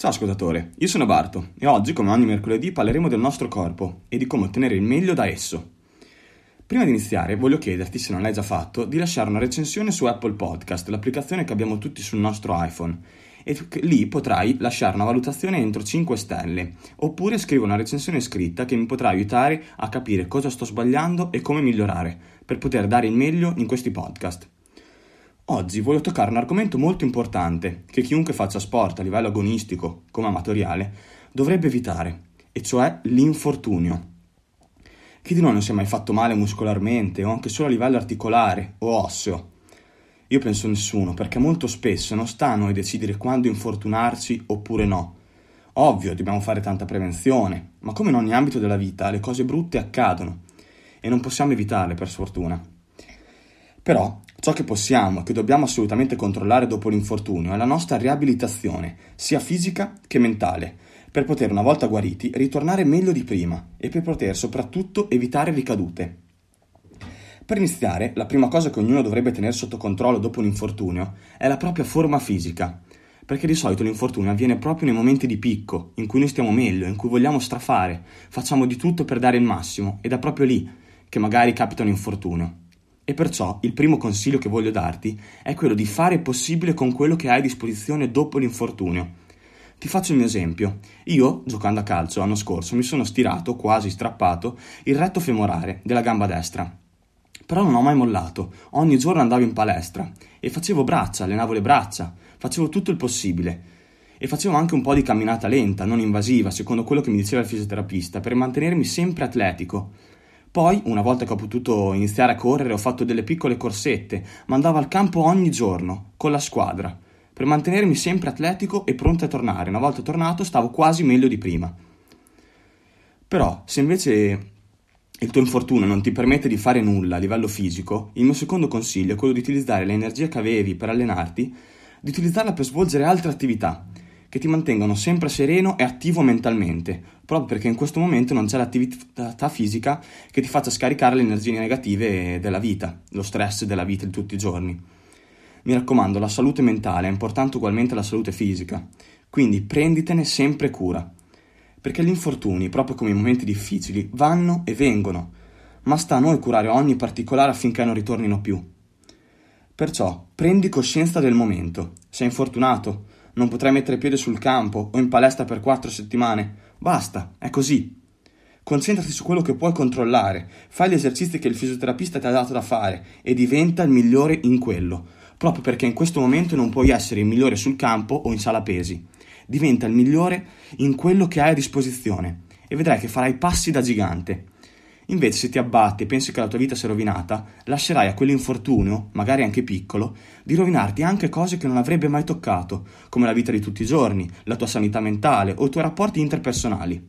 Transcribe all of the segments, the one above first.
Ciao ascoltatore, io sono Barto e oggi, come ogni mercoledì, parleremo del nostro corpo e di come ottenere il meglio da esso. Prima di iniziare, voglio chiederti, se non l'hai già fatto, di lasciare una recensione su Apple Podcast, l'applicazione che abbiamo tutti sul nostro iPhone, e lì potrai lasciare una valutazione entro 5 stelle, oppure scrivi una recensione scritta che mi potrà aiutare a capire cosa sto sbagliando e come migliorare, per poter dare il meglio in questi podcast. Oggi voglio toccare un argomento molto importante che chiunque faccia sport a livello agonistico come amatoriale dovrebbe evitare, e cioè l'infortunio. Chi di noi non si è mai fatto male muscolarmente o anche solo a livello articolare o osseo? Io penso nessuno, perché molto spesso non sta a noi decidere quando infortunarci oppure no. Ovvio, dobbiamo fare tanta prevenzione, ma come in ogni ambito della vita le cose brutte accadono e non possiamo evitarle, per sfortuna. Però ciò che possiamo e che dobbiamo assolutamente controllare dopo l'infortunio è la nostra riabilitazione, sia fisica che mentale, per poter, una volta guariti, ritornare meglio di prima e per poter soprattutto evitare ricadute. Per iniziare, la prima cosa che ognuno dovrebbe tenere sotto controllo dopo un infortunio è la propria forma fisica, perché di solito l'infortunio avviene proprio nei momenti di picco, in cui noi stiamo meglio, in cui vogliamo strafare, facciamo di tutto per dare il massimo, ed è proprio lì che magari capita un infortunio. E perciò il primo consiglio che voglio darti è quello di fare il possibile con quello che hai a disposizione dopo l'infortunio. Ti faccio il mio esempio. Io, giocando a calcio l'anno scorso, mi sono stirato, quasi strappato, il retto femorale della gamba destra. Però non ho mai mollato, ogni giorno andavo in palestra e facevo braccia, allenavo le braccia, facevo tutto il possibile. E facevo anche un po' di camminata lenta, non invasiva, secondo quello che mi diceva il fisioterapista, per mantenermi sempre atletico. Poi, una volta che ho potuto iniziare a correre, ho fatto delle piccole corsette, ma andavo al campo ogni giorno, con la squadra, per mantenermi sempre atletico e pronto a tornare. Una volta tornato stavo quasi meglio di prima. Però, se invece il tuo infortunio non ti permette di fare nulla a livello fisico, il mio secondo consiglio è quello di utilizzare l'energia che avevi per allenarti, di utilizzarla per svolgere altre attività, che ti mantengano sempre sereno e attivo mentalmente, proprio perché in questo momento non c'è l'attività fisica che ti faccia scaricare le energie negative della vita, lo stress della vita di tutti i giorni. Mi raccomando, la salute mentale è importante ugualmente alla salute fisica, quindi prenditene sempre cura, perché gli infortuni, proprio come i momenti difficili, vanno e vengono, ma sta a noi curare ogni particolare affinché non ritornino più. Perciò prendi coscienza del momento. Sei infortunato? Non potrai mettere piede sul campo o in palestra per 4 settimane. Basta, è così. Concentrati su quello che puoi controllare, fai gli esercizi che il fisioterapista ti ha dato da fare e diventa il migliore in quello, proprio perché in questo momento non puoi essere il migliore sul campo o in sala pesi. Diventa il migliore in quello che hai a disposizione e vedrai che farai passi da gigante. Invece, se ti abbatti e pensi che la tua vita sia rovinata, lascerai a quell'infortunio, magari anche piccolo, di rovinarti anche cose che non avrebbe mai toccato, come la vita di tutti i giorni, la tua sanità mentale o i tuoi rapporti interpersonali.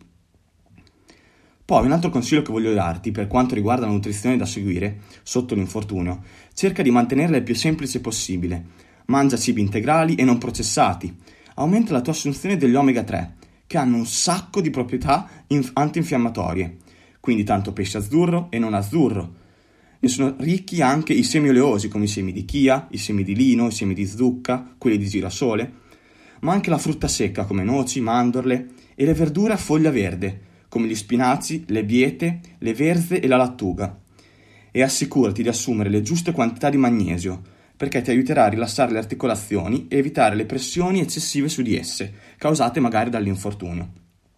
Poi un altro consiglio che voglio darti per quanto riguarda la nutrizione da seguire sotto l'infortunio: cerca di mantenerla il più semplice possibile. Mangia cibi integrali e non processati. Aumenta la tua assunzione degli omega 3, che hanno un sacco di proprietà antinfiammatorie. Quindi tanto pesce azzurro e non azzurro. Ne sono ricchi anche i semi oleosi, come i semi di chia, i semi di lino, i semi di zucca, quelli di girasole, ma anche la frutta secca come noci, mandorle, e le verdure a foglia verde, come gli spinaci, le biete, le verze e la lattuga. E assicurati di assumere le giuste quantità di magnesio, perché ti aiuterà a rilassare le articolazioni e evitare le pressioni eccessive su di esse, causate magari dall'infortunio.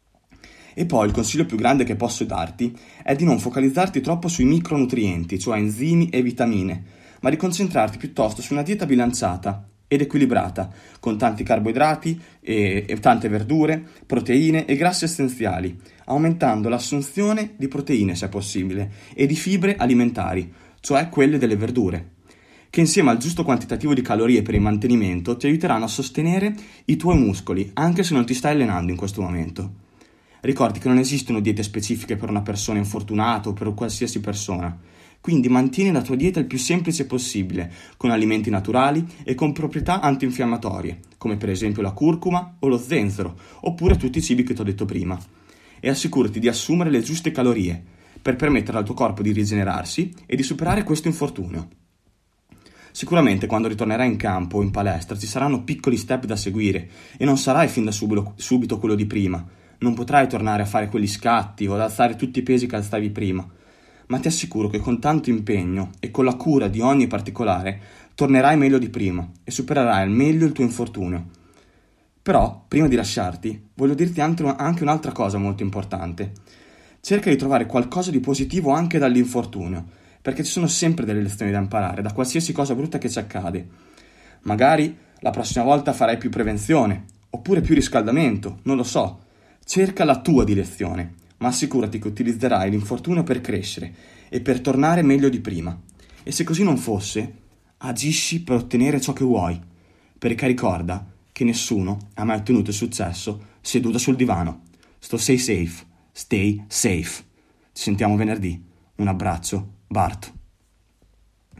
E poi il consiglio più grande che posso darti è di non focalizzarti troppo sui micronutrienti, cioè enzimi e vitamine, ma di concentrarti piuttosto su una dieta bilanciata ed equilibrata, con tanti carboidrati e tante verdure, proteine e grassi essenziali, aumentando l'assunzione di proteine se è possibile e di fibre alimentari, cioè quelle delle verdure, che insieme al giusto quantitativo di calorie per il mantenimento ti aiuteranno a sostenere i tuoi muscoli, anche se non ti stai allenando in questo momento. Ricordi che non esistono diete specifiche per una persona infortunata o per qualsiasi persona, quindi mantieni la tua dieta il più semplice possibile, con alimenti naturali e con proprietà antinfiammatorie, come per esempio la curcuma o lo zenzero, oppure tutti i cibi che ti ho detto prima, e assicurati di assumere le giuste calorie, per permettere al tuo corpo di rigenerarsi e di superare questo infortunio. Sicuramente quando ritornerai in campo o in palestra ci saranno piccoli step da seguire e non sarai fin da subito quello di prima. Non potrai tornare a fare quegli scatti o ad alzare tutti i pesi che alzavi prima. Ma ti assicuro che con tanto impegno e con la cura di ogni particolare tornerai meglio di prima e supererai al meglio il tuo infortunio. Però, prima di lasciarti, voglio dirti anche un'altra cosa molto importante. Cerca di trovare qualcosa di positivo anche dall'infortunio, perché ci sono sempre delle lezioni da imparare, da qualsiasi cosa brutta che ci accade. Magari la prossima volta farai più prevenzione, oppure più riscaldamento, non lo so. Cerca la tua direzione, ma assicurati che utilizzerai l'infortunio per crescere e per tornare meglio di prima. E se così non fosse, agisci per ottenere ciò che vuoi, perché ricorda che nessuno ha mai ottenuto il successo seduto sul divano. Stay safe. Ci sentiamo venerdì. Un abbraccio, Bart.